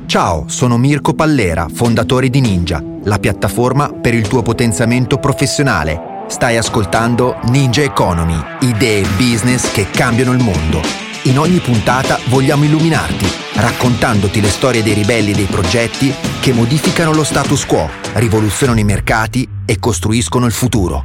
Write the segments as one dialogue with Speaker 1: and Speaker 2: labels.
Speaker 1: Ciao, sono Mirko Pallera, fondatore di Ninja, la piattaforma per il tuo potenziamento professionale. Stai ascoltando Ninja Economy, idee e business che cambiano il mondo. In ogni puntata vogliamo illuminarti, raccontandoti le storie dei ribelli e dei progetti che modificano lo status quo, rivoluzionano i mercati e costruiscono il futuro.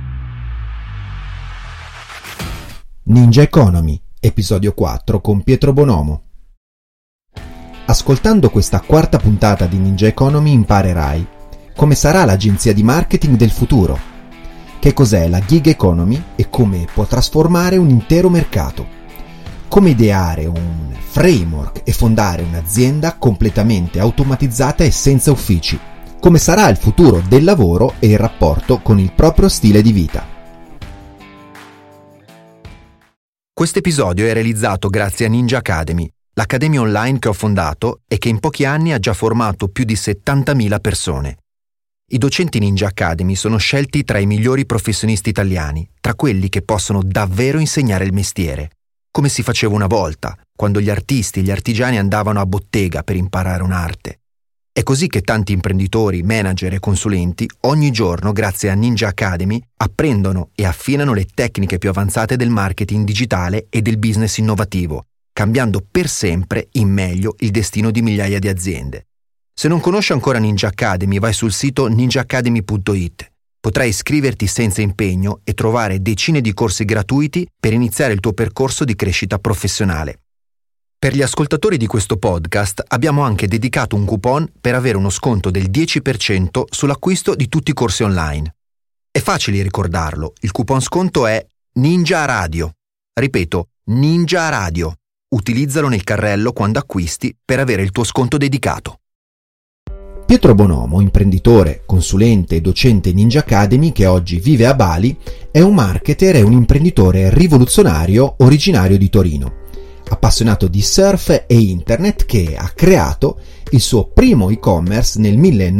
Speaker 2: Ninja Economy, episodio 4 con Pietro Bonomo. Ascoltando questa quarta puntata di Ninja Economy imparerai come sarà l'agenzia di marketing del futuro, che cos'è la gig economy e come può trasformare un intero mercato, come ideare un framework e fondare un'azienda completamente automatizzata e senza uffici, come sarà il futuro del lavoro e il rapporto con il proprio stile di vita.
Speaker 1: Questo episodio è realizzato grazie a Ninja Academy, l'accademia online che ho fondato e che in pochi anni ha già formato più di 70.000 persone. I docenti Ninja Academy sono scelti tra i migliori professionisti italiani, tra quelli che possono davvero insegnare il mestiere, come si faceva una volta, quando gli artisti e gli artigiani andavano a bottega per imparare un'arte. È così che tanti imprenditori, manager e consulenti ogni giorno, grazie a Ninja Academy, apprendono e affinano le tecniche più avanzate del marketing digitale e del business innovativo, cambiando per sempre in meglio il destino di migliaia di aziende. Se non conosci ancora Ninja Academy, vai sul sito ninjaacademy.it. Potrai iscriverti senza impegno e trovare decine di corsi gratuiti per iniziare il tuo percorso di crescita professionale. Per gli ascoltatori di questo podcast abbiamo anche dedicato un coupon per avere uno sconto del 10% sull'acquisto di tutti i corsi online. È facile ricordarlo, il coupon sconto è Ninja Radio. Ripeto, Ninja Radio. Utilizzalo nel carrello quando acquisti per avere il tuo sconto dedicato.
Speaker 2: Pietro Bonomo, imprenditore, consulente e docente Ninja Academy che oggi vive a Bali, è un marketer e un imprenditore rivoluzionario originario di Torino, appassionato di surf e internet che ha creato il suo primo e-commerce nel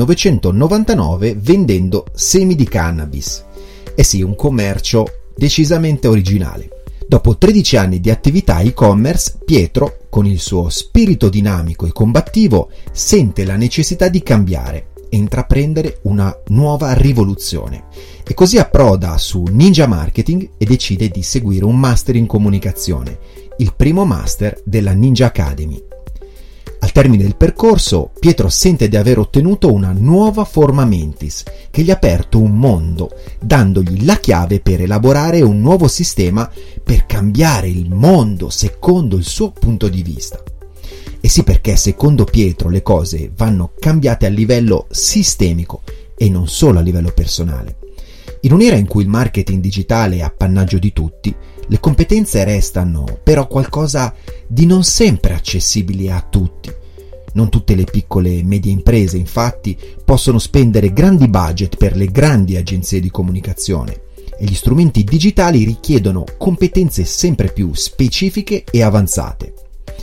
Speaker 2: 1999 vendendo semi di cannabis. E sì, un commercio decisamente originale. Dopo 13 anni di attività e-commerce, Pietro, con il suo spirito dinamico e combattivo, sente la necessità di cambiare e intraprendere una nuova rivoluzione. E così approda su Ninja Marketing e decide di seguire un master in comunicazione, il primo master della Ninja Academy. Al termine del percorso, Pietro sente di aver ottenuto una nuova forma mentis che gli ha aperto un mondo, dandogli la chiave per elaborare un nuovo sistema per cambiare il mondo secondo il suo punto di vista. E sì, perché secondo Pietro le cose vanno cambiate a livello sistemico e non solo a livello personale. In un'era in cui il marketing digitale è appannaggio di tutti, le competenze restano però qualcosa di non sempre accessibili a tutti. Non tutte le piccole e medie imprese, infatti, possono spendere grandi budget per le grandi agenzie di comunicazione e gli strumenti digitali richiedono competenze sempre più specifiche e avanzate.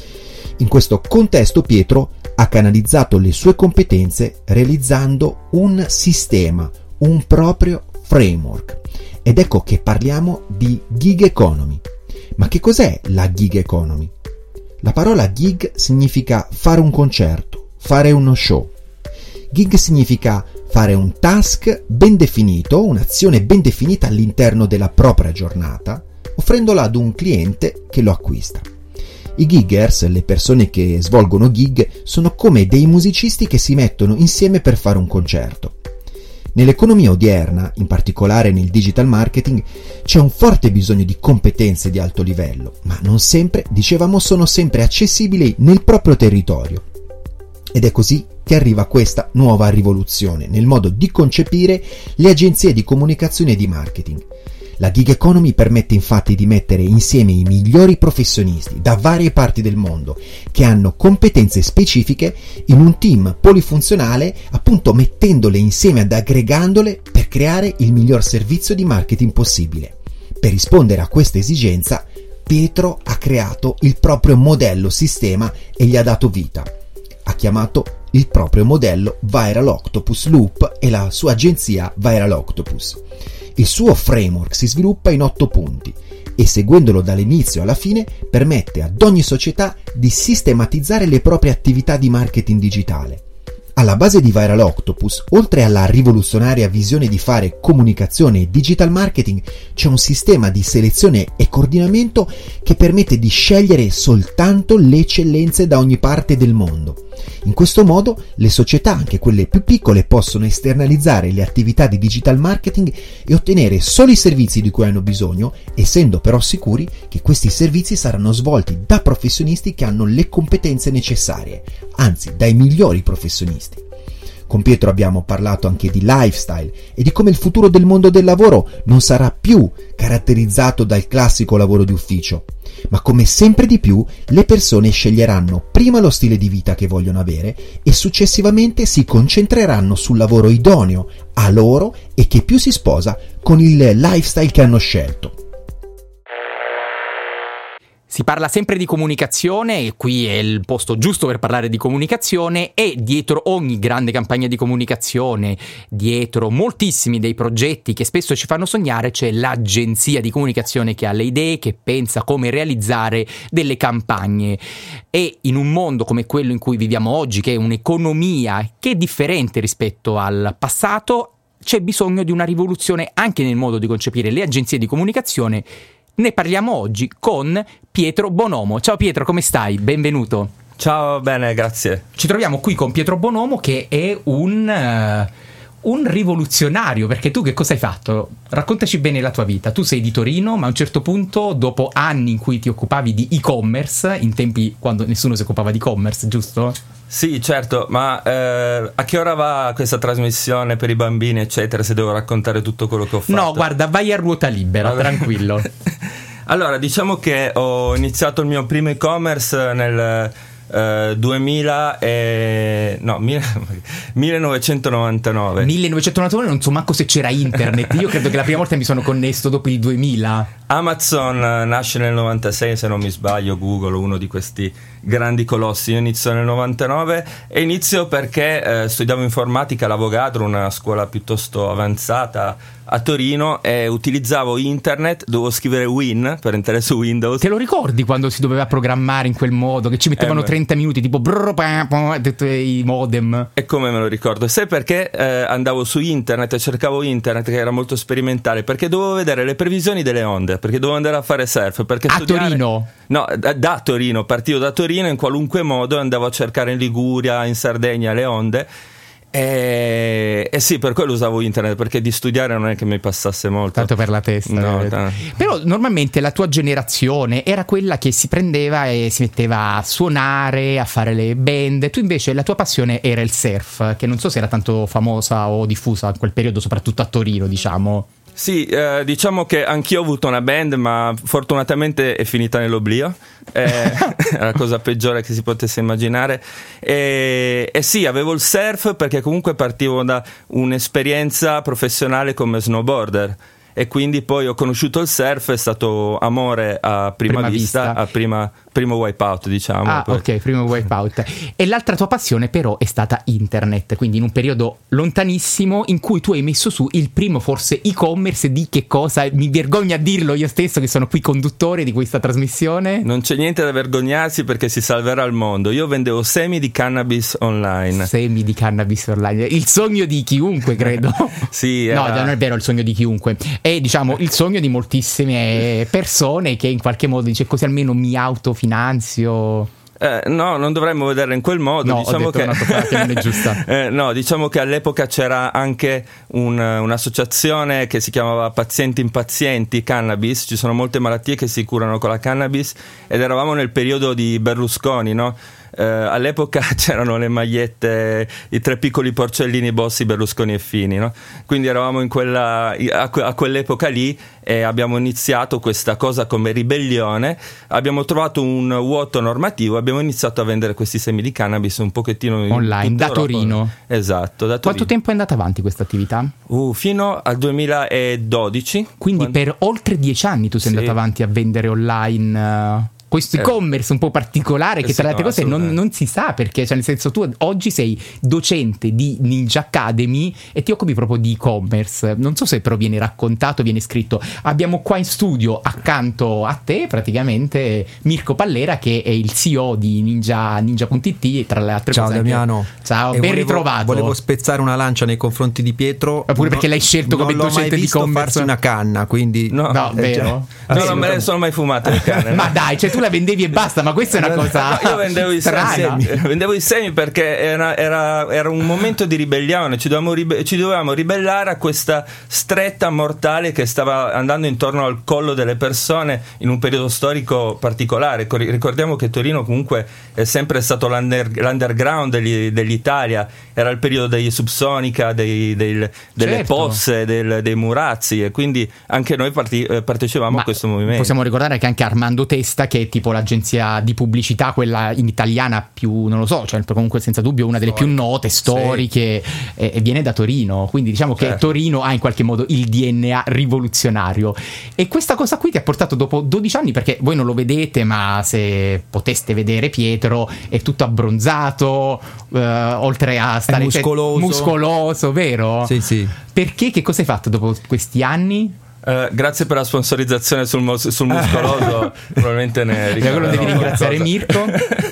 Speaker 2: In questo contesto Pietro ha canalizzato le sue competenze realizzando un sistema, un proprio framework. Ed ecco che parliamo di gig economy. Ma che cos'è la gig economy? La parola gig significa fare un concerto, fare uno show. Gig significa fare un task ben definito, un'azione ben definita all'interno della propria giornata, offrendola ad un cliente che lo acquista. I giggers, le persone che svolgono gig, sono come dei musicisti che si mettono insieme per fare un concerto. Nell'economia odierna, in particolare nel digital marketing, c'è un forte bisogno di competenze di alto livello, ma non sempre, dicevamo, sono sempre accessibili nel proprio territorio. Ed è così che arriva questa nuova rivoluzione nel modo di concepire le agenzie di comunicazione e di marketing. La gig economy permette infatti di mettere insieme i migliori professionisti da varie parti del mondo che hanno competenze specifiche in un team polifunzionale, appunto mettendole insieme ed aggregandole per creare il miglior servizio di marketing possibile. Per rispondere a questa esigenza, Pietro ha creato il proprio modello sistema e gli ha dato vita. Ha chiamato il proprio modello Viral Octopus Loop e la sua agenzia Viral Octopus. Il suo framework si sviluppa in 8 punti e seguendolo dall'inizio alla fine permette ad ogni società di sistematizzare le proprie attività di marketing digitale. Alla base di Viral Octopus, oltre alla rivoluzionaria visione di fare comunicazione e digital marketing, c'è un sistema di selezione e coordinamento che permette di scegliere soltanto le eccellenze da ogni parte del mondo. In questo modo le società, anche quelle più piccole, possono esternalizzare le attività di digital marketing e ottenere solo i servizi di cui hanno bisogno, essendo però sicuri che questi servizi saranno svolti da professionisti che hanno le competenze necessarie, anzi dai migliori professionisti. Con Pietro abbiamo parlato anche di lifestyle e di come il futuro del mondo del lavoro non sarà più caratterizzato dal classico lavoro di ufficio, ma come sempre di più le persone sceglieranno prima lo stile di vita che vogliono avere e successivamente si concentreranno sul lavoro idoneo a loro e che più si sposa con il lifestyle che hanno scelto.
Speaker 3: Si parla sempre di comunicazione e qui è il posto giusto per parlare di comunicazione, e dietro ogni grande campagna di comunicazione, dietro moltissimi dei progetti che spesso ci fanno sognare, c'è l'agenzia di comunicazione che ha le idee, che pensa come realizzare delle campagne. E in un mondo come quello in cui viviamo oggi, che è un'economia che è differente rispetto al passato, c'è bisogno di una rivoluzione anche nel modo di concepire le agenzie di comunicazione. Ne parliamo oggi con Pietro Bonomo. Ciao Pietro, come stai? Benvenuto.
Speaker 4: Ciao, bene, grazie.
Speaker 3: Ci troviamo qui con Pietro Bonomo, che è un rivoluzionario, perché tu che cosa hai fatto? Raccontaci bene la tua vita. Tu sei di Torino, ma a un certo punto, dopo anni in cui ti occupavi di e-commerce, in tempi quando nessuno si occupava di e-commerce, giusto?
Speaker 4: Sì, certo, ma a che ora va questa trasmissione per i bambini, eccetera, se devo raccontare tutto quello che ho fatto?
Speaker 3: No, guarda, vai a ruota libera, tranquillo.
Speaker 4: Allora, diciamo che ho iniziato il mio primo e-commerce nel 1999.
Speaker 3: 1999, non so manco se c'era internet. Io credo che la prima volta mi sono connesso dopo il 2000.
Speaker 4: Amazon nasce nel 96, se non mi sbaglio, Google, uno di questi grandi colossi. Io inizio nel 99 e inizio perché studiavo informatica all'Avogadro, una scuola piuttosto avanzata a Torino, e utilizzavo internet, dovevo scrivere Win per entrare su Windows.
Speaker 3: Te lo ricordi quando si doveva programmare in quel modo, che ci mettevano 30 minuti tipo tutti i modem?
Speaker 4: E come me lo ricordo? Sai perché andavo su internet e cercavo internet, che era molto sperimentale? Perché dovevo vedere le previsioni delle onde, perché dovevo andare a fare surf, perché
Speaker 3: Torino?
Speaker 4: No, da Torino, partivo da Torino in qualunque modo, andavo a cercare in Liguria, in Sardegna le onde. E sì, per quello usavo internet, perché di studiare non è che mi passasse molto.
Speaker 3: Tanto per la testa.
Speaker 4: No,
Speaker 3: però normalmente la tua generazione era quella che si prendeva e si metteva a suonare, a fare le band. Tu invece la tua passione era il surf, che non so se era tanto famosa o diffusa in quel periodo, soprattutto a Torino, diciamo.
Speaker 4: Sì, diciamo che anch'io ho avuto una band, ma fortunatamente è finita nell'oblio. È la cosa peggiore che si potesse immaginare. E sì, avevo il surf perché comunque partivo da un'esperienza professionale come snowboarder, e quindi poi ho conosciuto il surf, è stato amore a prima vista. A primo wipeout, diciamo.
Speaker 3: Ah, ok, primo wipeout. E l'altra tua passione però è stata internet, quindi in un periodo lontanissimo in cui tu hai messo su il primo forse e-commerce di che cosa? Mi vergogno a dirlo io stesso che sono qui conduttore di questa trasmissione.
Speaker 4: Non c'è niente da vergognarsi, perché si salverà il mondo. Io vendevo semi di cannabis online.
Speaker 3: Semi di cannabis online, il sogno di chiunque, credo.
Speaker 4: Sì,
Speaker 3: no, non è vero il sogno di chiunque, è diciamo il sogno di moltissime persone che in qualche modo dice così almeno mi autofinanzio.
Speaker 4: No, non dovremmo vederla in quel modo.
Speaker 3: No,
Speaker 4: diciamo
Speaker 3: ho detto una cosa che non è giusta.
Speaker 4: No, diciamo che all'epoca c'era anche un'associazione che si chiamava Pazienti Impazienti Cannabis. Ci sono molte malattie che si curano con la cannabis, ed eravamo nel periodo di Berlusconi, no? All'epoca c'erano le magliette, i 3 piccoli porcellini Bossi, Berlusconi e Fini, no? Quindi eravamo a quell'epoca lì, e abbiamo iniziato questa cosa come ribellione. Abbiamo trovato un vuoto normativo, abbiamo iniziato a vendere questi semi di cannabis un pochettino
Speaker 3: online, da Torino.
Speaker 4: Esatto, da Torino.
Speaker 3: Quanto tempo è andata avanti questa attività?
Speaker 4: Fino al 2012.
Speaker 3: Quindi per oltre 10 anni tu sei andato avanti a vendere online. questo e-commerce un po' particolare che tra le altre cose non si sa perché, cioè nel senso tu oggi sei docente di Ninja Academy e ti occupi proprio di e-commerce. Non so se però viene raccontato, viene scritto. Abbiamo qua in studio accanto a te praticamente Mirko Pallera, che è il CEO di Ninja.it e tra le altre
Speaker 5: cose.
Speaker 3: Ciao
Speaker 5: Damiano.
Speaker 3: Ciao, ben ritrovato.
Speaker 5: Volevo spezzare una lancia nei confronti di Pietro.
Speaker 3: Pure perché l'hai scelto come docente di e-commerce.
Speaker 5: Farsi una canna, quindi
Speaker 3: no, vero?
Speaker 4: No, non me ne sono mai fumate le canne.
Speaker 3: Ma dai, cioè tu la vendevi e basta, ma questa è una cosa
Speaker 4: io vendevo i semi perché era un momento di ribellione, ci dovevamo ribellare a questa stretta mortale che stava andando intorno al collo delle persone in un periodo storico particolare. Ricordiamo che Torino comunque è sempre stato l'underground dell'Italia, era il periodo degli Subsonica, delle Posse, dei Murazzi, e quindi anche noi partecipavamo a questo movimento.
Speaker 3: Possiamo ricordare che anche Armando Testa, che è tipo l'agenzia di pubblicità, quella in italiana più, non lo so, cioè comunque senza dubbio una delle più note, storiche, e viene da Torino, quindi diciamo che Torino ha in qualche modo il DNA rivoluzionario. E questa cosa qui ti ha portato dopo 12 anni, perché voi non lo vedete, ma se poteste vedere Pietro è tutto abbronzato, oltre a stare muscoloso, vero?
Speaker 5: Sì.
Speaker 3: Perché? Che cosa hai fatto dopo questi anni?
Speaker 4: Grazie per la sponsorizzazione sul muscoloso. Probabilmente ne
Speaker 3: quello devi ringraziare Mirko.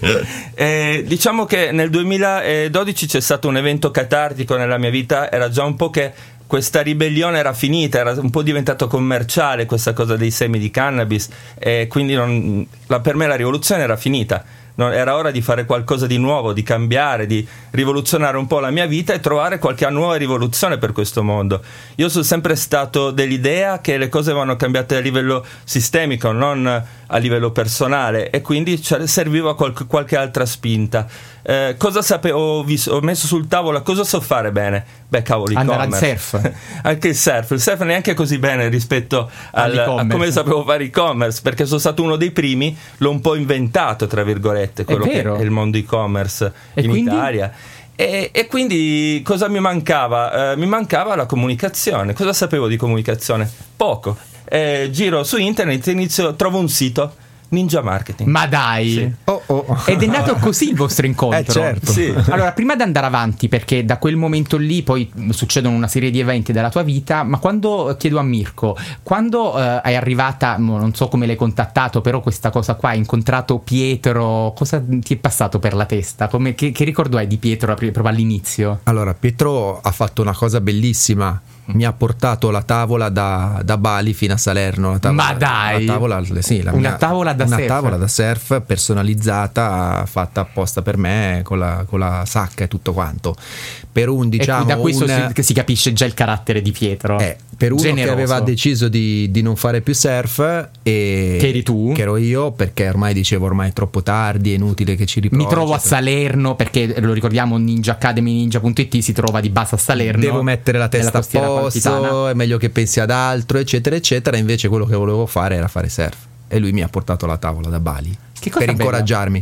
Speaker 4: Diciamo che nel 2012 c'è stato un evento catartico nella mia vita. Era già un po' che questa ribellione era finita, era un po' diventato commerciale questa cosa dei semi di cannabis, e quindi per me la rivoluzione era finita. Era ora di fare qualcosa di nuovo, di cambiare, di rivoluzionare un po' la mia vita e trovare qualche nuova rivoluzione per questo mondo. Io sono sempre stato dell'idea che le cose vanno cambiate a livello sistemico, non a livello personale, e quindi serviva qualche altra spinta. Cosa sapevo? Ho messo sul tavolo cosa so fare bene. Beh, cavolo,
Speaker 3: andare al surf.
Speaker 4: Anche il surf neanche così bene rispetto a come sapevo fare e-commerce, perché sono stato uno dei primi, l'ho un po' inventato tra virgolette quello che è il mondo e-commerce in Italia. E quindi cosa mi mancava? Mi mancava la comunicazione. Cosa sapevo di comunicazione? Poco. Giro su internet, trovo un sito, Ninja Marketing.
Speaker 3: Ma dai,
Speaker 4: sì.
Speaker 3: Ed è nato così il vostro incontro?
Speaker 5: Certo.
Speaker 4: Sì.
Speaker 3: Allora, prima di andare avanti, perché da quel momento lì poi succedono una serie di eventi della tua vita, ma chiedo a Mirko, quando è arrivata, non so come l'hai contattato, però questa cosa qua, hai incontrato Pietro, cosa ti è passato per la testa? Che ricordo hai di Pietro proprio all'inizio?
Speaker 5: Allora, Pietro ha fatto una cosa bellissima. Mi ha portato la tavola da Bali fino a Salerno.
Speaker 3: Ma dai! Una tavola da
Speaker 5: surf personalizzata, fatta apposta per me, con la sacca e tutto quanto. Per un, diciamo,
Speaker 3: e da questo si capisce già il carattere di Pietro.
Speaker 5: Per uno generoso, che aveva deciso di non fare più surf, e
Speaker 3: che eri tu,
Speaker 5: che ero io, perché ormai è troppo tardi, è inutile che ci riprovi.
Speaker 3: Mi trovo a Salerno, perché lo ricordiamo, Ninja Academy, Ninja.it si trova di base a Salerno.
Speaker 5: Devo mettere la testa a posto, è meglio che pensi ad altro, eccetera eccetera. Invece quello che volevo fare era fare surf, e lui mi ha portato la tavola da Bali per incoraggiarmi.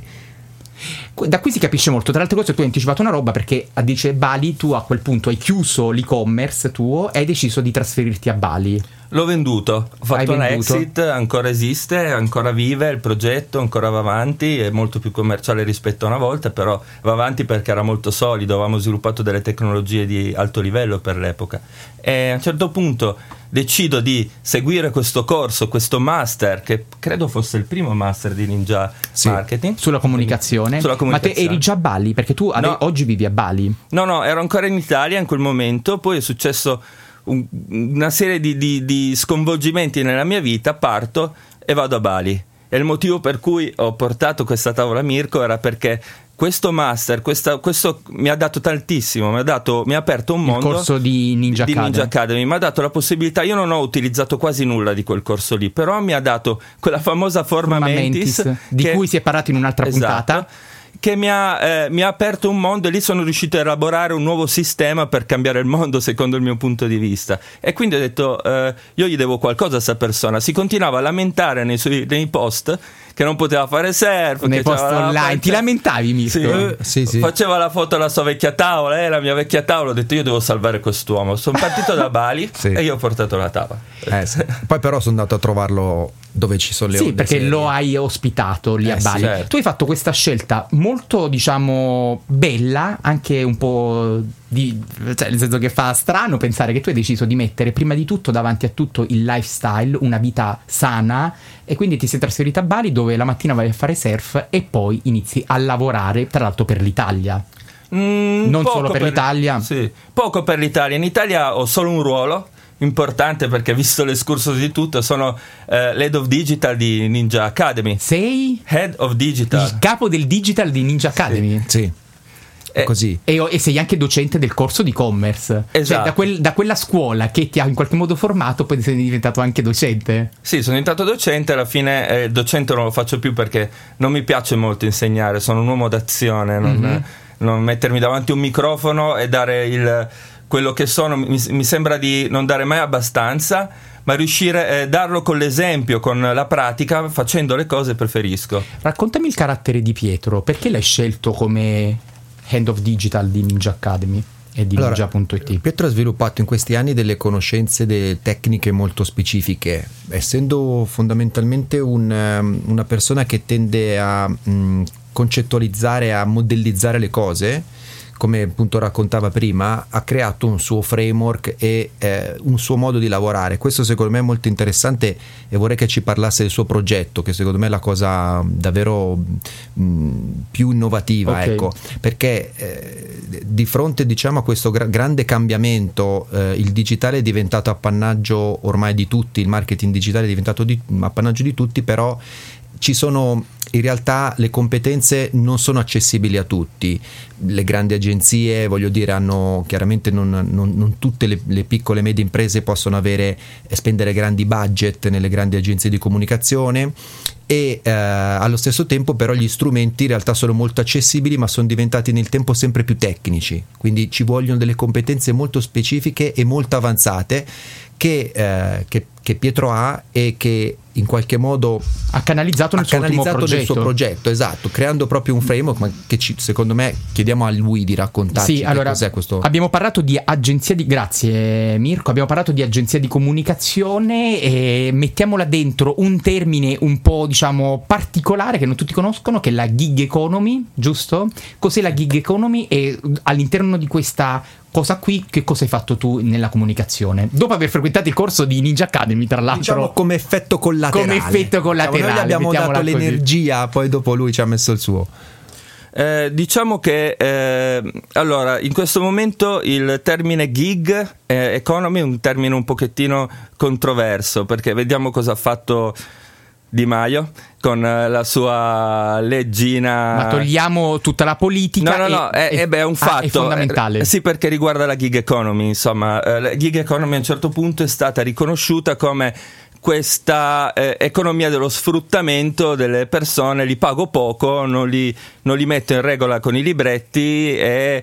Speaker 3: Da qui si capisce molto. Tra le altre cose, tu hai anticipato una roba, perché a dice Bali tu a quel punto hai chiuso l'e-commerce tuo e hai deciso di trasferirti a Bali.
Speaker 4: L'ho venduto, ho fatto una exit, ancora esiste, ancora vive il progetto, ancora va avanti, è molto più commerciale rispetto a una volta, però va avanti perché era molto solido, avevamo sviluppato delle tecnologie di alto livello per l'epoca, e a un certo punto decido di seguire questo corso, questo master, che credo fosse il primo master di Ninja Marketing.
Speaker 3: Sulla comunicazione. Ma te eri già a Bali? Perché tu oggi vivi a Bali?
Speaker 4: No, ero ancora in Italia in quel momento, poi è successo una serie di sconvolgimenti nella mia vita, parto e vado a Bali. E il motivo per cui ho portato questa tavola a Mirko era perché questo master, questo mi ha dato tantissimo, mi ha aperto un mondo.
Speaker 3: Il corso di Ninja
Speaker 4: Academy mi ha dato la possibilità. Io non ho utilizzato quasi nulla di quel corso lì, però mi ha dato quella famosa forma mentis
Speaker 3: di cui si è parlato in un'altra puntata,
Speaker 4: che mi ha aperto un mondo, e lì sono riuscito a elaborare un nuovo sistema per cambiare il mondo secondo il mio punto di vista. E quindi ho detto io gli devo qualcosa a questa persona. Si continuava a lamentare nei post che non poteva fare surf
Speaker 3: nei post online. Ti lamentavi, Mirko?
Speaker 4: Sì. Faceva la foto alla sua vecchia tavola, la mia vecchia tavola. Ho detto io devo salvare quest'uomo. Sono partito da Bali e io ho portato la tavola.
Speaker 5: Poi però sono andato a trovarlo dove ci sono le onde
Speaker 3: perché
Speaker 5: serie.
Speaker 3: lo hai ospitato lì a Bali.
Speaker 4: Certo.
Speaker 3: Tu hai fatto questa scelta molto, diciamo, bella, anche un po' cioè, nel senso che fa strano pensare che tu hai deciso di mettere prima di tutto davanti a tutto il lifestyle, una vita sana, e quindi ti sei trasferita a Bali, dove la mattina vai a fare surf e poi inizi a lavorare, tra l'altro, per l'Italia. Non solo per l'Italia.
Speaker 4: Sì, poco per l'Italia. In Italia ho solo un ruolo importante, perché visto l'escursus di tutto sono l'Head of Digital di Ninja Academy.
Speaker 3: Sei?
Speaker 4: Head of Digital.
Speaker 3: Il capo del digital di Ninja Academy?
Speaker 5: Sì. Così.
Speaker 3: E sei anche docente del corso di e-commerce.
Speaker 4: Esatto.
Speaker 3: Cioè, da quella scuola che ti ha in qualche modo formato, poi sei diventato anche docente?
Speaker 4: Sì, sono diventato docente. Alla fine docente non lo faccio più perché non mi piace molto insegnare. Sono un uomo d'azione, non mettermi davanti un microfono e dare quello che sono. Mi sembra di non dare mai abbastanza, ma riuscire a darlo con l'esempio, con la pratica, facendo le cose preferisco.
Speaker 3: Raccontami il carattere di Pietro. Perché l'hai scelto come Head of Digital di Ninja Academy e di Ninja.it?
Speaker 5: Pietro ha sviluppato in questi anni delle conoscenze tecniche molto specifiche, essendo fondamentalmente una persona che tende a concettualizzare, a modellizzare le cose. Come appunto raccontava prima, ha creato un suo framework e un suo modo di lavorare. Questo secondo me è molto interessante, e vorrei che ci parlasse del suo progetto, che secondo me è la cosa davvero più innovativa,
Speaker 3: okay.
Speaker 5: Ecco, perché di fronte, diciamo, a questo grande cambiamento, il digitale è diventato appannaggio ormai di tutti, il marketing digitale è diventato appannaggio di tutti, però ci sono, in realtà le competenze non sono accessibili a tutti. Le grandi agenzie, voglio dire, hanno chiaramente non tutte le piccole e medie imprese possono spendere grandi budget nelle grandi agenzie di comunicazione, e allo stesso tempo però gli strumenti in realtà sono molto accessibili, ma sono diventati nel tempo sempre più tecnici, quindi ci vogliono delle competenze molto specifiche e molto avanzate che Pietro ha, e che in qualche modo
Speaker 3: ha canalizzato nel suo
Speaker 5: progetto, esatto, creando proprio un framework, ma che secondo me chiediamo a lui di raccontarci
Speaker 3: allora,
Speaker 5: cos'è questo.
Speaker 3: Abbiamo parlato di grazie Mirko, abbiamo parlato di agenzia di comunicazione, e mettiamola dentro un termine un po', diciamo, particolare che non tutti conoscono, che è la gig economy, giusto? Cos'è la gig economy, e all'interno di questa cosa qui che cosa hai fatto tu nella comunicazione dopo aver frequentato il corso di Ninja Academy, tra l'altro?
Speaker 5: Diciamo come effetto collaterale.
Speaker 3: Noi
Speaker 5: gli abbiamo dato l'energia, poi dopo lui ci ha messo il suo.
Speaker 4: Diciamo che allora, in questo momento il termine gig economy è un termine un pochettino controverso, perché vediamo cosa ha fatto Di Maio con la sua leggina.
Speaker 3: Ma togliamo tutta la politica.
Speaker 4: No, è un fatto.
Speaker 3: È fondamentale.
Speaker 4: Sì, perché riguarda la gig economy. Insomma, la gig economy a un certo punto è stata riconosciuta come questa economia dello sfruttamento delle persone. Li pago poco, non li metto in regola con i libretti e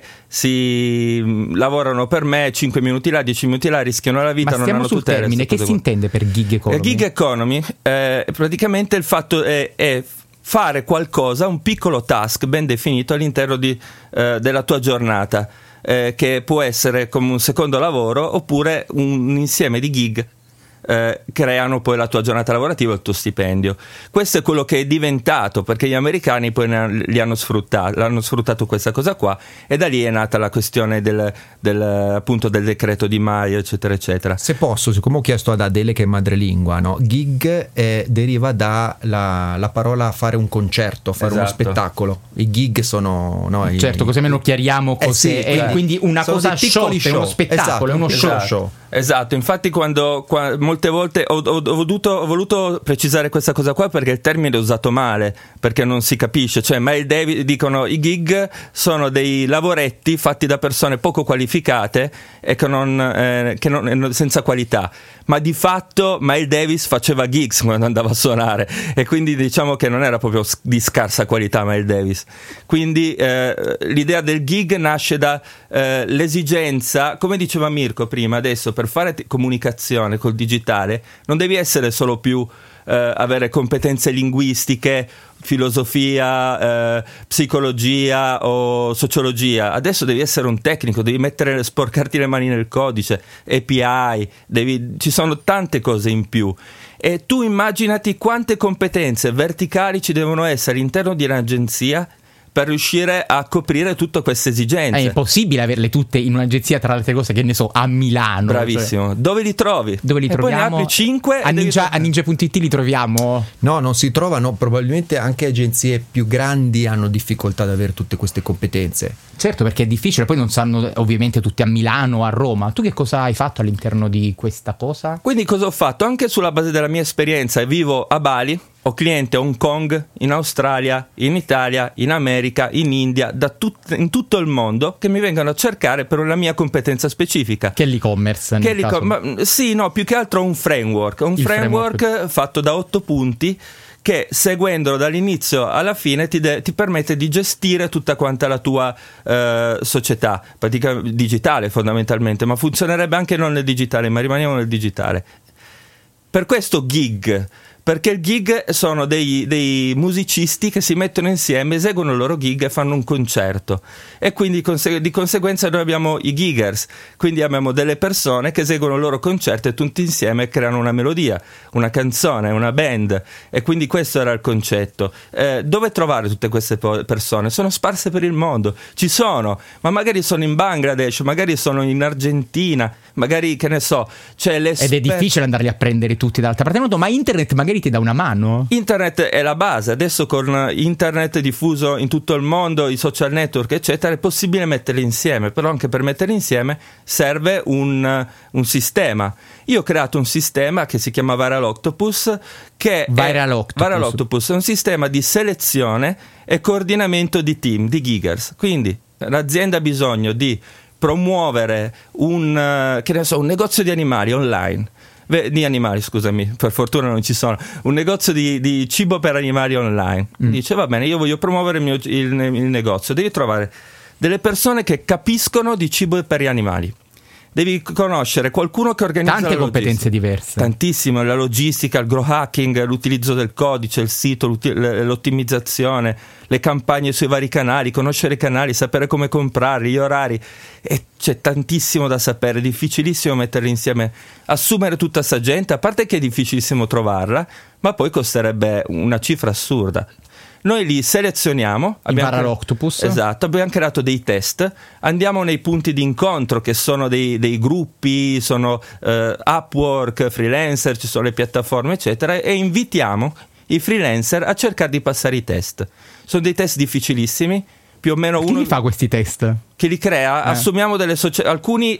Speaker 4: si lavorano per me 5 minuti là, 10 minuti là, rischiano la vita.
Speaker 3: Ma stiamo
Speaker 4: non hanno
Speaker 3: sul termine, che si intende per gig economy?
Speaker 4: Gig economy praticamente il fatto è fare qualcosa, un piccolo task ben definito all'interno della tua giornata, che può essere come un secondo lavoro oppure un insieme di gig creano poi la tua giornata lavorativa e il tuo stipendio. Questo è quello che è diventato, perché gli americani poi l'hanno sfruttato questa cosa qua, e da lì è nata la questione appunto del decreto Di Maio, eccetera eccetera.
Speaker 5: Se posso, siccome ho chiesto ad Adele, che è madrelingua, no? Gig deriva la parola fare un concerto, fare uno spettacolo. I gig sono
Speaker 3: certo, così almeno chiariamo cos'è.
Speaker 5: Sì,
Speaker 3: quindi una cosa show, è uno spettacolo, è uno show.
Speaker 4: Esatto, infatti quando molte volte ho voluto precisare questa cosa qua, perché il termine è usato male, perché non si capisce. Cioè Miles Davis, dicono i gig sono dei lavoretti fatti da persone poco qualificate e senza qualità, ma di fatto Miles Davis faceva gigs quando andava a suonare, e quindi diciamo che non era proprio di scarsa qualità Miles Davis. Quindi l'idea del gig nasce da l'esigenza, come diceva Mirko prima, adesso per fare comunicazione col digitale non devi essere solo più avere competenze linguistiche, filosofia, psicologia o sociologia. Adesso devi essere un tecnico, devi sporcarti le mani nel codice, API, ci sono tante cose in più. E tu immaginati quante competenze verticali ci devono essere all'interno di un'agenzia per riuscire a coprire tutte queste esigenze.
Speaker 3: È impossibile averle tutte in un'agenzia, tra le altre cose, che ne so, a Milano.
Speaker 4: Bravissimo. Cioè. Dove li trovi?
Speaker 3: Dove li troviamo?
Speaker 4: Poi ne apri 5
Speaker 3: a ninja.it li troviamo?
Speaker 5: No, non si trovano. Probabilmente anche agenzie più grandi hanno difficoltà ad avere tutte queste competenze.
Speaker 3: Certo, perché è difficile, poi non sanno ovviamente tutti a Milano o a Roma. Tu che cosa hai fatto all'interno di questa cosa?
Speaker 4: Quindi cosa ho fatto? Anche sulla base della mia esperienza, vivo a Bali, ho clienti a Hong Kong, in Australia, in Italia, in America, in India, in tutto il mondo, che mi vengono a cercare per una mia competenza specifica.
Speaker 3: Che è l'e-commerce?
Speaker 4: Sì, no, più che altro un framework. Un framework fatto da 8 punti che, seguendolo dall'inizio alla fine, ti permette di gestire tutta quanta la tua società, digitale fondamentalmente, ma funzionerebbe anche non nel digitale, ma rimaniamo nel digitale. Per questo gig, perché il gig sono dei musicisti che si mettono insieme, eseguono il loro gig e fanno un concerto, e quindi di conseguenza noi abbiamo i giggers, quindi abbiamo delle persone che eseguono il loro concerto e tutti insieme creano una melodia, una canzone, una band, e quindi questo era il concetto. Dove trovare tutte queste persone? Sono sparse per il mondo, ci sono, ma magari sono in Bangladesh, magari sono in Argentina, magari, che ne so, c'è
Speaker 3: ed è difficile andarli a prendere tutti dall'altra parte del mondo, ma internet magari ti dà una mano.
Speaker 4: Internet è la base. Adesso con internet diffuso in tutto il mondo, i social network eccetera, è possibile metterli insieme, però anche per metterli insieme serve un sistema. Io ho creato un sistema che si chiama Viral Octopus,
Speaker 3: Viral
Speaker 4: Octopus è un sistema di selezione e coordinamento di team, di giggers. Quindi l'azienda ha bisogno di promuovere un negozio di animali online. Scusami, per fortuna non ci sono. Un negozio di cibo per animali online. Dice, va bene, io voglio promuovere il negozio. Devi trovare delle persone che capiscono di cibo per gli animali. Devi conoscere qualcuno che organizza
Speaker 3: tante competenze diverse,
Speaker 4: tantissimo, la logistica, il growth hacking, l'utilizzo del codice, il sito, l'ottimizzazione, le campagne sui vari canali, conoscere i canali, sapere come comprarli, gli orari, e c'è tantissimo da sapere, è difficilissimo metterli insieme, assumere tutta sta gente, a parte che è difficilissimo trovarla, ma poi costerebbe una cifra assurda. Noi li selezioniamo.
Speaker 3: Viral Octopus.
Speaker 4: Esatto, abbiamo creato dei test, andiamo nei punti di incontro che sono dei gruppi, sono Upwork, freelancer, ci sono le piattaforme eccetera, e invitiamo i freelancer a cercare di passare i test. Sono dei test difficilissimi, più o meno
Speaker 3: Chi li fa questi test?
Speaker 4: Che li crea, assumiamo alcuni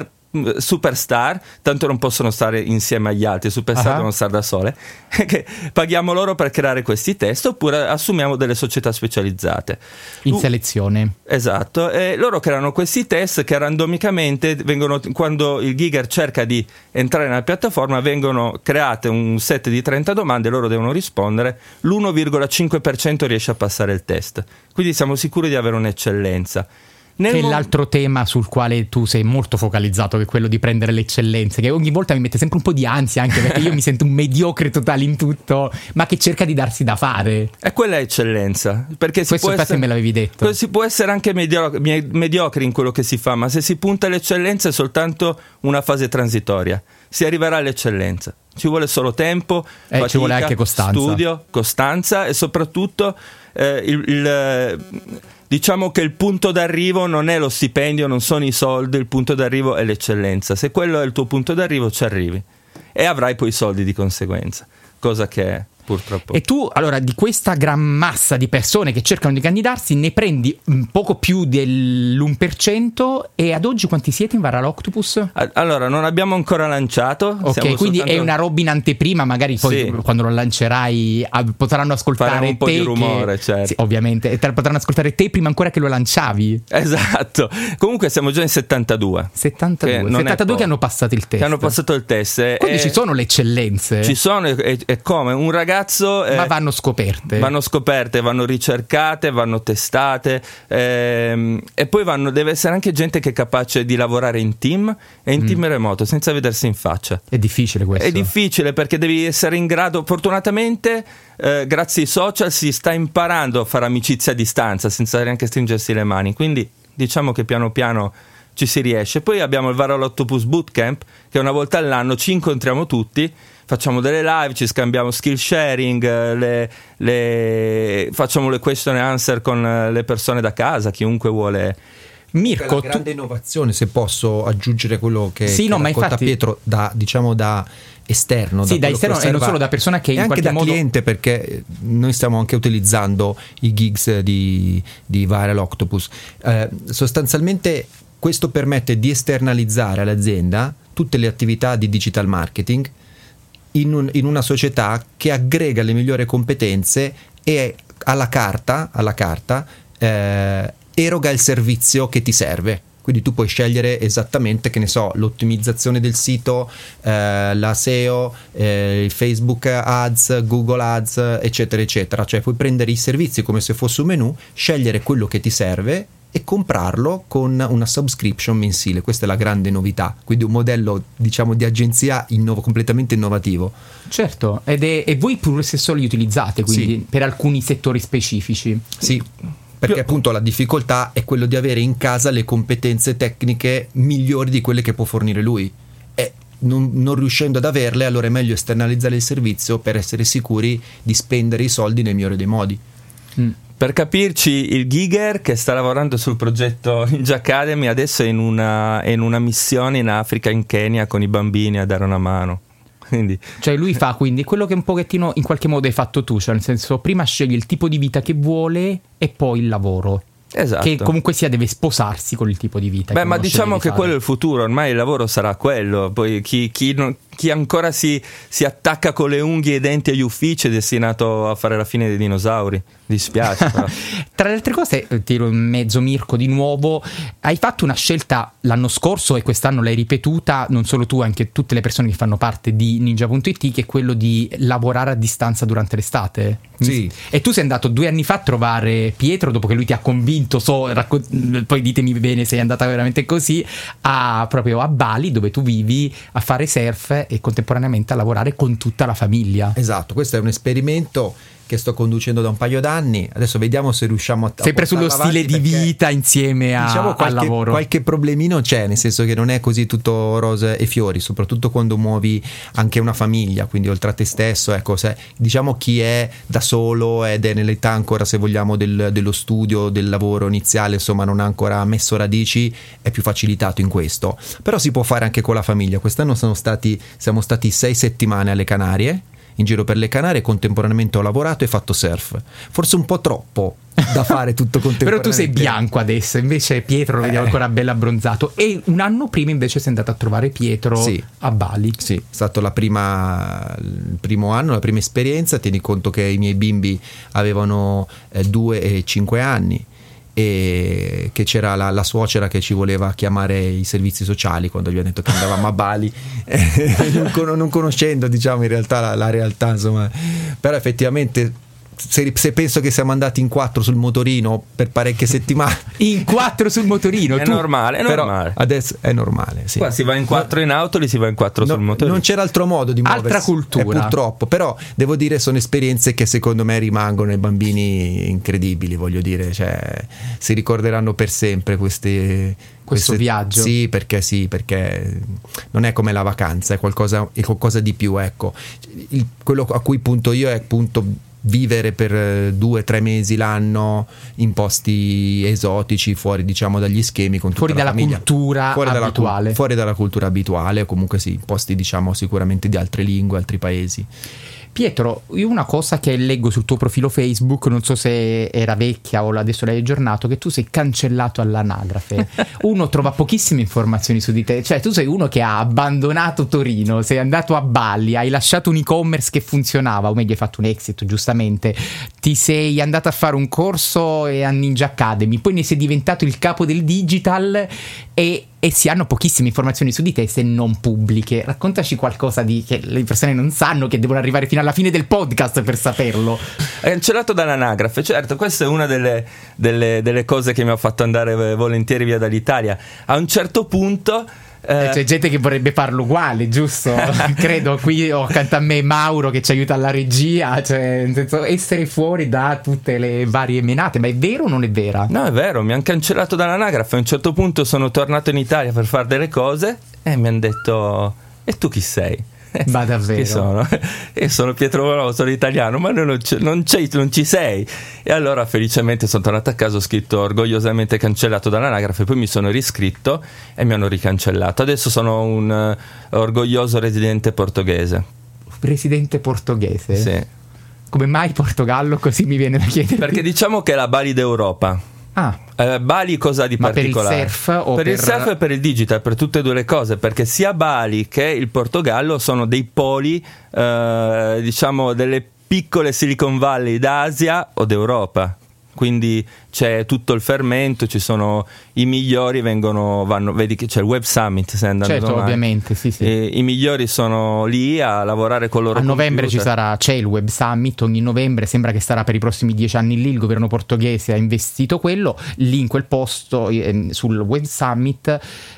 Speaker 4: superstar, tanto non possono stare insieme agli altri, superstar devono stare da sole, che paghiamo loro per creare questi test, oppure assumiamo delle società specializzate
Speaker 3: in selezione.
Speaker 4: Esatto, e loro creano questi test che randomicamente vengono, quando il gigger cerca di entrare nella piattaforma, vengono create un set di 30 domande, loro devono rispondere, l'1,5% riesce a passare il test, quindi siamo sicuri di avere un'eccellenza.
Speaker 3: Che è l'altro tema sul quale tu sei molto focalizzato, che è quello di prendere le eccellenze, che ogni volta mi mette sempre un po' di ansia, anche perché io mi sento un mediocre totale in tutto, ma che cerca di darsi da fare.
Speaker 4: E quella è eccellenza, perché
Speaker 3: questo infatti me l'avevi detto.
Speaker 4: Si può essere anche mediocri in quello che si fa, ma se si punta all'eccellenza è soltanto una fase transitoria, si arriverà all'eccellenza. Ci vuole solo tempo, fatica,
Speaker 3: ci vuole anche costanza.
Speaker 4: Studio, costanza, e soprattutto diciamo che il punto d'arrivo non è lo stipendio, non sono i soldi, il punto d'arrivo è l'eccellenza. Se quello è il tuo punto d'arrivo, ci arrivi e avrai poi i soldi di conseguenza, cosa che purtroppo.
Speaker 3: E tu, allora, di questa gran massa di persone che cercano di candidarsi, ne prendi un poco più dell'1%, e ad oggi quanti siete in Viral Octopus?
Speaker 4: Allora, non abbiamo ancora lanciato.
Speaker 3: Ok, quindi è una roba in anteprima, magari poi quando lo lancerai potranno ascoltare
Speaker 4: faremo un po' di rumore, certo.
Speaker 3: Sì, ovviamente, potranno ascoltare te prima ancora che lo lanciavi.
Speaker 4: Esatto. Comunque siamo già in 72.
Speaker 3: 72 che hanno passato il test.
Speaker 4: Che hanno passato il test.
Speaker 3: Quindi ci sono le eccellenze.
Speaker 4: Ci sono, e come un ragazzo ragazzo...
Speaker 3: ma vanno scoperte.
Speaker 4: Vanno scoperte, vanno ricercate, vanno testate, e poi deve essere anche gente che è capace di lavorare in team e in team remoto, senza vedersi in faccia.
Speaker 3: È difficile questo.
Speaker 4: È difficile perché devi essere in grado, fortunatamente grazie ai social si sta imparando a fare amicizia a distanza senza neanche stringersi le mani, quindi diciamo che piano piano ci si riesce. Poi abbiamo il Viral Octopus Bootcamp, che una volta all'anno ci incontriamo tutti, facciamo delle live, ci scambiamo skill sharing, facciamo le question and answer con le persone da casa, chiunque vuole.
Speaker 5: Mirko, la grande innovazione, se posso aggiungere quello che
Speaker 3: ma
Speaker 5: racconta
Speaker 3: infatti,
Speaker 5: Pietro, da esterno,
Speaker 3: sì, da esterno e non solo da persona che
Speaker 5: e
Speaker 3: in
Speaker 5: anche
Speaker 3: qualche
Speaker 5: da
Speaker 3: modo...
Speaker 5: cliente, perché noi stiamo anche utilizzando i gigs di Viral Octopus. Sostanzialmente questo permette di esternalizzare all'azienda tutte le attività di digital marketing in una società che aggrega le migliori competenze e alla carta eroga il servizio che ti serve. Quindi tu puoi scegliere esattamente, che ne so, l'ottimizzazione del sito, la SEO, Facebook Ads, Google Ads, eccetera eccetera. Cioè puoi prendere i servizi come se fosse un menu, scegliere quello che ti serve e comprarlo con una subscription mensile. Questa è la grande novità, quindi un modello, diciamo, di agenzia completamente innovativo.
Speaker 3: Certo, e voi pure stesso li utilizzate, quindi
Speaker 5: Sì.
Speaker 3: per alcuni settori specifici.
Speaker 5: Sì, perché appunto la difficoltà è quello di avere in casa le competenze tecniche migliori di quelle che può fornire lui, e non riuscendo ad averle, allora è meglio esternalizzare il servizio per essere sicuri di spendere i soldi nel migliore dei modi.
Speaker 4: Per capirci, il Giger che sta lavorando sul progetto Ninja Academy adesso è in una missione in Africa, in Kenya, con i bambini a dare una mano. Quindi.
Speaker 3: Cioè lui fa quindi quello che un pochettino in qualche modo hai fatto tu, cioè nel senso prima sceglie il tipo di vita che vuole e poi il lavoro.
Speaker 4: Esatto.
Speaker 3: Che comunque sia deve sposarsi con il tipo di vita.
Speaker 4: Beh, ma diciamo che quello è il futuro, ormai il lavoro sarà quello. Poi chi ancora si attacca con le unghie e i denti agli uffici è destinato a fare la fine dei dinosauri. Dispiace. Però.
Speaker 3: Tra le altre cose, tiro in mezzo Mirko di nuovo, hai fatto una scelta l'anno scorso e quest'anno l'hai ripetuta, non solo tu, anche tutte le persone che fanno parte di Ninja.it, che è quello di lavorare a distanza durante l'estate.
Speaker 5: Sì.
Speaker 3: E tu sei andato 2 anni fa a trovare Pietro, dopo che lui ti ha convinto, poi ditemi bene se è andata veramente così, proprio a Bali, dove tu vivi, a fare surf e contemporaneamente a lavorare con tutta la famiglia.
Speaker 5: Esatto, questo è un esperimento che sto conducendo da un paio d'anni. Adesso vediamo se riusciamo a
Speaker 3: sempre sullo stile di vita insieme al lavoro.
Speaker 5: Qualche problemino c'è, nel senso che non è così tutto rose e fiori, soprattutto quando muovi anche una famiglia, quindi oltre a te stesso, ecco, diciamo chi è da solo ed è nell'età ancora, se vogliamo, dello studio, del lavoro iniziale, insomma non ha ancora messo radici, è più facilitato in questo. Però si può fare anche con la famiglia. Quest'anno siamo stati 6 settimane alle Canarie, in giro per le Canarie, contemporaneamente ho lavorato e fatto surf. Forse un po' troppo da fare tutto contemporaneamente.
Speaker 3: Però tu sei bianco adesso, invece Pietro lo vediamo ancora bello abbronzato. E un anno prima invece sei andato a trovare Pietro a Bali.
Speaker 5: Sì, è stato il primo anno, la prima esperienza. Tieni conto che i miei bimbi avevano 2 e 5 anni e che c'era la suocera che ci voleva chiamare i servizi sociali quando gli ho detto che andavamo a Bali, non conoscendo, diciamo, in realtà la realtà, insomma. Però effettivamente se penso che siamo andati in 4 sul motorino per parecchie settimane.
Speaker 3: In 4 sul motorino?
Speaker 4: È normale, è normale.
Speaker 5: Però adesso è normale, sì.
Speaker 4: Qua si va in 4 in auto, lì si va in 4 sul motorino.
Speaker 5: Non c'era altro modo di muoversi.
Speaker 3: Altra cultura.
Speaker 5: Purtroppo, però devo dire sono esperienze che secondo me rimangono ai bambini incredibili, voglio dire, cioè si ricorderanno per sempre questo
Speaker 3: viaggio.
Speaker 5: Sì, perché non è come la vacanza, è qualcosa di più, ecco. Quello a cui punto io è appunto vivere per 2-3 mesi l'anno in posti esotici, fuori, diciamo, dagli schemi, con tutta
Speaker 3: fuori
Speaker 5: la
Speaker 3: dalla
Speaker 5: famiglia.
Speaker 3: cultura abituale.
Speaker 5: Fuori dalla cultura abituale, o comunque sì, posti, diciamo, sicuramente di altre lingue, altri paesi.
Speaker 3: Pietro, io una cosa che leggo sul tuo profilo Facebook, non so se era vecchia o adesso l'hai aggiornato, che tu sei cancellato all'anagrafe. Uno trova pochissime informazioni su di te, cioè tu sei uno che ha abbandonato Torino, sei andato a Bali, hai lasciato un e-commerce che funzionava, o meglio hai fatto un exit, giustamente, ti sei andato a fare un corso a Ninja Academy, poi ne sei diventato il capo del digital e e si hanno pochissime informazioni su di te se non pubbliche. Raccontaci qualcosa che le persone non sanno, che devono arrivare fino alla fine del podcast per saperlo.
Speaker 4: È cancellato dall'anagrafe, certo, questa è una delle cose che mi ha fatto andare volentieri via dall'Italia. A un certo punto
Speaker 3: c'è gente che vorrebbe farlo uguale, giusto? Credo. Qui ho accanto a me Mauro che ci aiuta alla regia, cioè nel senso, essere fuori da tutte le varie menate. Ma è vero o non è vera?
Speaker 4: No, è vero, mi hanno cancellato dall'anagrafe. A un certo punto sono tornato in Italia per fare delle cose e mi hanno detto: e tu chi sei?
Speaker 3: Ma davvero?
Speaker 4: Chi sono? Io sono Pietro Bonomo, sono italiano, ma non ci sei. E allora felicemente sono tornato a casa, ho scritto orgogliosamente cancellato dall'anagrafe, poi mi sono riscritto e mi hanno ricancellato. Adesso sono un orgoglioso residente portoghese.
Speaker 3: Residente portoghese?
Speaker 4: Sì.
Speaker 3: Come mai Portogallo? Così mi viene da chiedere.
Speaker 4: Perché diciamo che è la Bali d'Europa. Bali cosa di particolare?
Speaker 3: Per il surf o
Speaker 4: per il surf e per il digital, per tutte e due le cose, perché sia Bali che il Portogallo sono dei poli, diciamo delle piccole Silicon Valley d'Asia o d'Europa. Quindi c'è tutto il fermento, ci sono i migliori, vedi che c'è il Web Summit, stai andando
Speaker 3: certo,
Speaker 4: domani.
Speaker 3: Ovviamente, sì.
Speaker 4: E i migliori sono lì a lavorare con loro.
Speaker 3: A novembre c'è il Web Summit, ogni novembre sembra che starà per i prossimi 10 anni lì, il governo portoghese ha investito quello, lì in quel posto, sul Web Summit.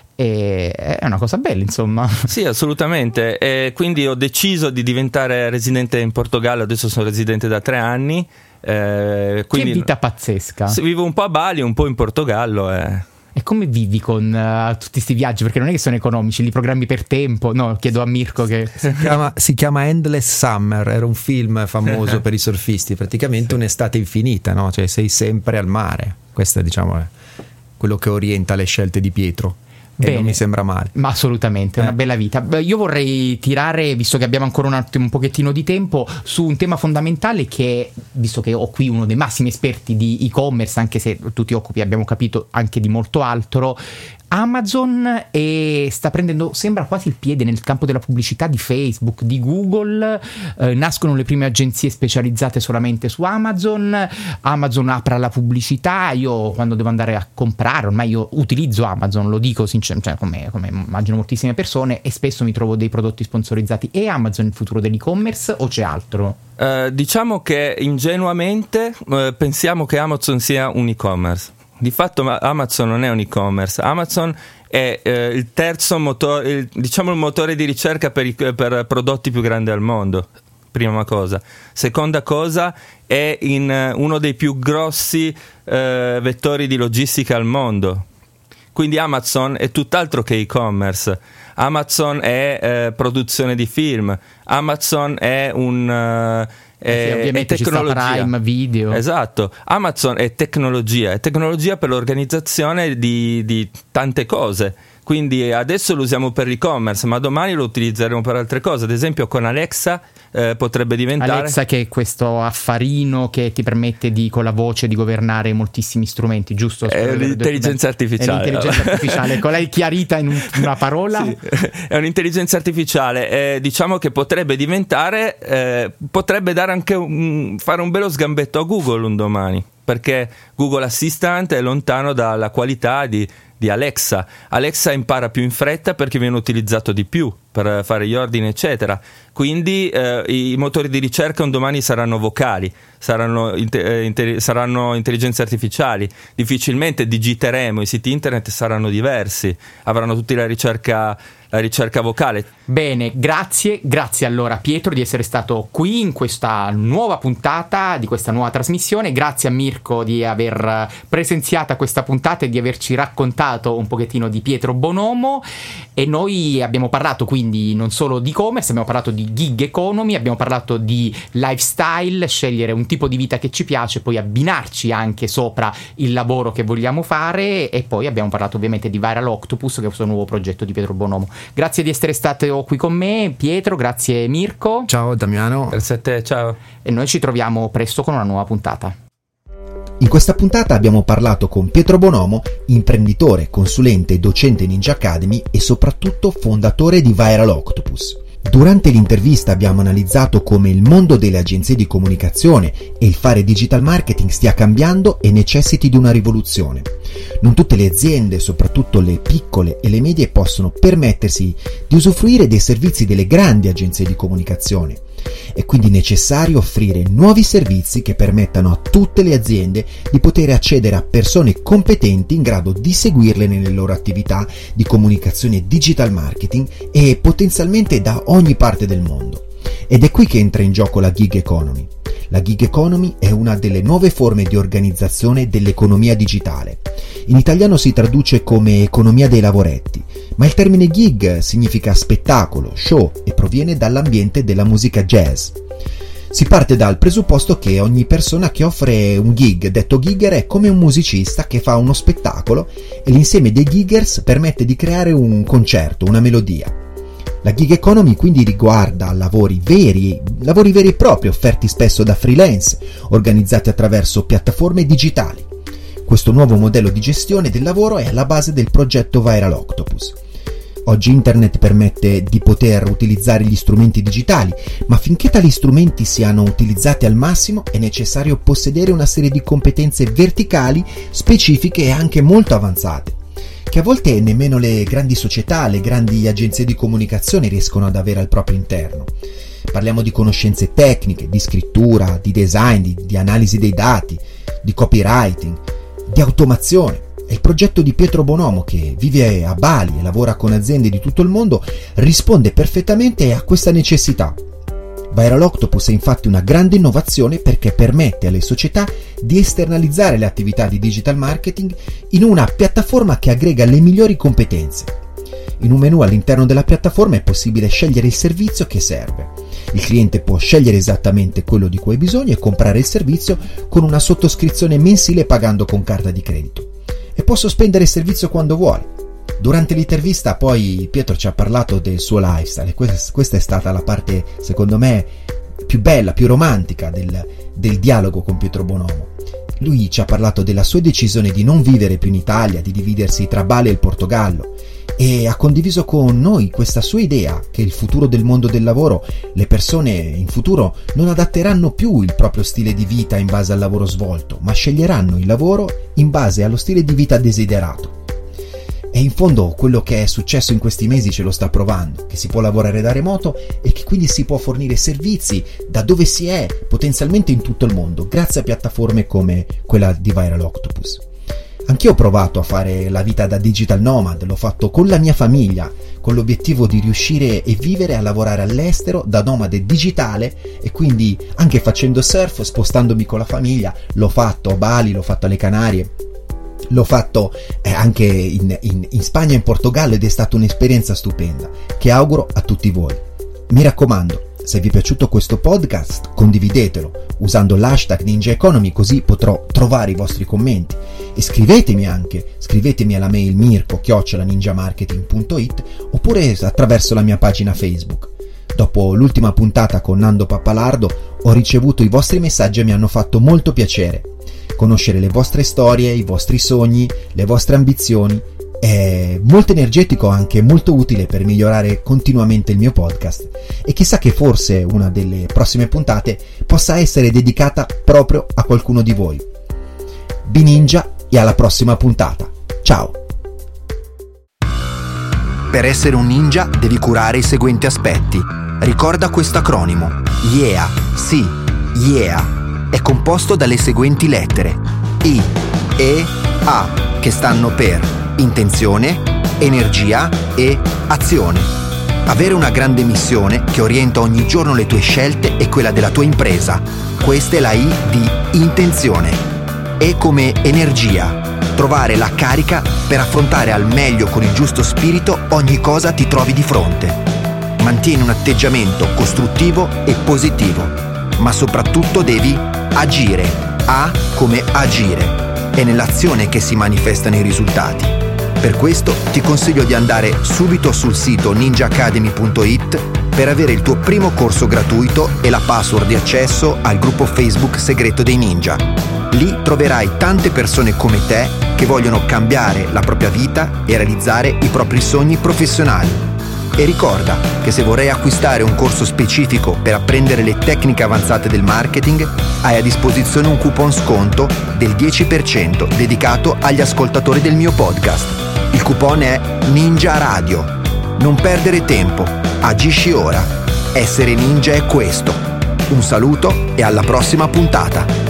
Speaker 3: È una cosa bella, insomma.
Speaker 4: Sì, assolutamente. E quindi ho deciso di diventare residente in Portogallo, adesso sono residente da 3 anni. Quindi
Speaker 3: che vita pazzesca.
Speaker 4: Vivo un po' a Bali, un po' in Portogallo.
Speaker 3: E come vivi con tutti questi viaggi? Perché non è che sono economici, li programmi per tempo. No, chiedo a Mirko che
Speaker 5: si chiama Endless Summer, era un film famoso per i surfisti, praticamente un'estate infinita, no? Cioè sei sempre al mare. Questo è, diciamo, quello che orienta le scelte di Pietro.
Speaker 3: Bene,
Speaker 5: non mi sembra male.
Speaker 3: Ma assolutamente, è una bella vita. Io vorrei tirare, visto che abbiamo ancora un pochettino di tempo, su un tema fondamentale che, visto che ho qui uno dei massimi esperti di e-commerce, anche se tu ti occupi, abbiamo capito, anche di molto altro, Amazon sta prendendo, sembra quasi il piede nel campo della pubblicità di Facebook, di Google, nascono le prime agenzie specializzate solamente su Amazon apre la pubblicità. Io quando devo andare a comprare, ormai io utilizzo Amazon, lo dico sinceramente, come immagino moltissime persone, e spesso mi trovo dei prodotti sponsorizzati. È Amazon il futuro dell'e-commerce o c'è altro?
Speaker 4: Diciamo che ingenuamente pensiamo che Amazon sia un e-commerce. Di fatto Amazon non è un e-commerce, Amazon è il terzo motore, diciamo il motore di ricerca per prodotti più grande al mondo, prima cosa. Seconda cosa, è uno dei più grossi vettori di logistica al mondo. Quindi Amazon è tutt'altro che e-commerce. Amazon è produzione di film, Amazon è
Speaker 3: ovviamente
Speaker 4: tecnologia.
Speaker 3: Ci sta Prime Video.
Speaker 4: Esatto, Amazon è tecnologia per l'organizzazione di tante cose. Quindi adesso lo usiamo per l'e-commerce, ma domani lo utilizzeremo per altre cose. Ad esempio con Alexa potrebbe diventare...
Speaker 3: Alexa, che è questo affarino che ti permette con la voce di governare moltissimi strumenti, giusto?
Speaker 4: È l'intelligenza artificiale.
Speaker 3: È l'intelligenza artificiale, con l'hai chiarita in una parola?
Speaker 4: Sì, è un'intelligenza artificiale, diciamo che potrebbe diventare, potrebbe dare anche fare un bello sgambetto a Google un domani, perché Google Assistant è lontano dalla qualità di Alexa. Alexa impara più in fretta perché viene utilizzato di più per fare gli ordini, eccetera. Quindi i motori di ricerca un domani saranno vocali, saranno intelligenze artificiali. Difficilmente digiteremo, i siti internet saranno diversi, avranno tutti la ricerca vocale.
Speaker 3: Bene, grazie allora Pietro di essere stato qui in questa nuova puntata di questa nuova trasmissione. Grazie a Mirko di aver presenziato questa puntata e di averci raccontato un pochettino di Pietro Bonomo. E noi abbiamo parlato quindi non solo di e-commerce, abbiamo parlato di gig economy, abbiamo parlato di lifestyle, scegliere un tipo di vita che ci piace, poi abbinarci anche sopra il lavoro che vogliamo fare, e poi abbiamo parlato ovviamente di Viral Octopus, che è questo nuovo progetto di Pietro Bonomo. Grazie di essere stato qui con me, Pietro, grazie Mirko.
Speaker 5: Ciao Damiano.
Speaker 4: Grazie a te, ciao.
Speaker 3: E noi ci troviamo presto con una nuova puntata.
Speaker 2: In questa puntata abbiamo parlato con Pietro Bonomo, imprenditore, consulente e docente Ninja Academy e soprattutto fondatore di Viral Octopus. Durante l'intervista abbiamo analizzato come il mondo delle agenzie di comunicazione e il fare digital marketing stia cambiando e necessiti di una rivoluzione. Non tutte le aziende, soprattutto le piccole e le medie, possono permettersi di usufruire dei servizi delle grandi agenzie di comunicazione. È quindi necessario offrire nuovi servizi che permettano a tutte le aziende di poter accedere a persone competenti in grado di seguirle nelle loro attività di comunicazione digital marketing e potenzialmente da ogni parte del mondo. Ed è qui che entra in gioco la gig economy. La gig economy è una delle nuove forme di organizzazione dell'economia digitale. In italiano si traduce come economia dei lavoretti, ma il termine gig significa spettacolo, show e proviene dall'ambiente della musica jazz. Si parte dal presupposto che ogni persona che offre un gig, detto gigger, è come un musicista che fa uno spettacolo e l'insieme dei giggers permette di creare un concerto, una melodia. La gig economy quindi riguarda lavori veri e propri offerti spesso da freelance, organizzati attraverso piattaforme digitali. Questo nuovo modello di gestione del lavoro è alla base del progetto Viral Octopus. Oggi internet permette di poter utilizzare gli strumenti digitali, ma finché tali strumenti siano utilizzati al massimo è necessario possedere una serie di competenze verticali, specifiche e anche molto avanzate, che a volte nemmeno le grandi società, le grandi agenzie di comunicazione riescono ad avere al proprio interno. Parliamo di conoscenze tecniche, di scrittura, di design, di analisi dei dati, di copywriting, di automazione. E il progetto di Pietro Bonomo, che vive a Bali e lavora con aziende di tutto il mondo, risponde perfettamente a questa necessità. Viral Octopus è infatti una grande innovazione perché permette alle società di esternalizzare le attività di digital marketing in una piattaforma che aggrega le migliori competenze. In un menu all'interno della piattaforma è possibile scegliere il servizio che serve. Il cliente può scegliere esattamente quello di cui ha bisogno e comprare il servizio con una sottoscrizione mensile pagando con carta di credito. E può sospendere il servizio quando vuole. Durante l'intervista poi Pietro ci ha parlato del suo lifestyle e questa è stata la parte, secondo me, più bella, più romantica del dialogo con Pietro Bonomo. Lui ci ha parlato della sua decisione di non vivere più in Italia, di dividersi tra Bali e il Portogallo, e ha condiviso con noi questa sua idea che il futuro del mondo del lavoro, le persone in futuro non adatteranno più il proprio stile di vita in base al lavoro svolto, ma sceglieranno il lavoro in base allo stile di vita desiderato. E in fondo quello che è successo in questi mesi ce lo sta provando, che si può lavorare da remoto e che quindi si può fornire servizi da dove si è, potenzialmente in tutto il mondo, grazie a piattaforme come quella di Viral Octopus. Anch'io ho provato a fare la vita da digital nomad, l'ho fatto con la mia famiglia, con l'obiettivo di riuscire e vivere a lavorare all'estero da nomade digitale e quindi anche facendo surf, spostandomi con la famiglia, l'ho fatto a Bali, l'ho fatto alle Canarie, l'ho fatto anche in Spagna e in Portogallo ed è stata un'esperienza stupenda che auguro a tutti voi. Mi raccomando, se vi è piaciuto questo podcast condividetelo usando l'hashtag Ninja Economy, così potrò trovare i vostri commenti, e scrivetemi alla mail mirko@ninjamarketing.it oppure attraverso la mia pagina Facebook. Dopo l'ultima puntata con Nando Pappalardo ho ricevuto i vostri messaggi e mi hanno fatto molto piacere. Conoscere le vostre storie, i vostri sogni, le vostre ambizioni è molto energetico, anche molto utile per migliorare continuamente il mio podcast, e chissà che forse una delle prossime puntate possa essere dedicata proprio a qualcuno di voi. Be Ninja e alla prossima puntata. Ciao!
Speaker 1: Per essere un ninja devi curare i seguenti aspetti. Ricorda questo acronimo: YEA. Sì, YEA. È composto dalle seguenti lettere: I, E, A, che stanno per intenzione, energia e azione. Avere una grande missione che orienta ogni giorno le tue scelte e quella della tua impresa. Questa è la I di intenzione. E come energia: trovare la carica per affrontare al meglio con il giusto spirito ogni cosa ti trovi di fronte. Mantieni un atteggiamento costruttivo e positivo, ma soprattutto devi agire. A come agire. È nell'azione che si manifestano i risultati. Per questo ti consiglio di andare subito sul sito ninjaacademy.it per avere il tuo primo corso gratuito e la password di accesso al gruppo Facebook segreto dei ninja. Lì troverai tante persone come te che vogliono cambiare la propria vita e realizzare i propri sogni professionali. E ricorda che se vorrai acquistare un corso specifico per apprendere le tecniche avanzate del marketing, hai a disposizione un coupon sconto del 10% dedicato agli ascoltatori del mio podcast. Il coupon è Ninja Radio. Non perdere tempo, agisci ora. Essere ninja è questo. Un saluto e alla prossima puntata.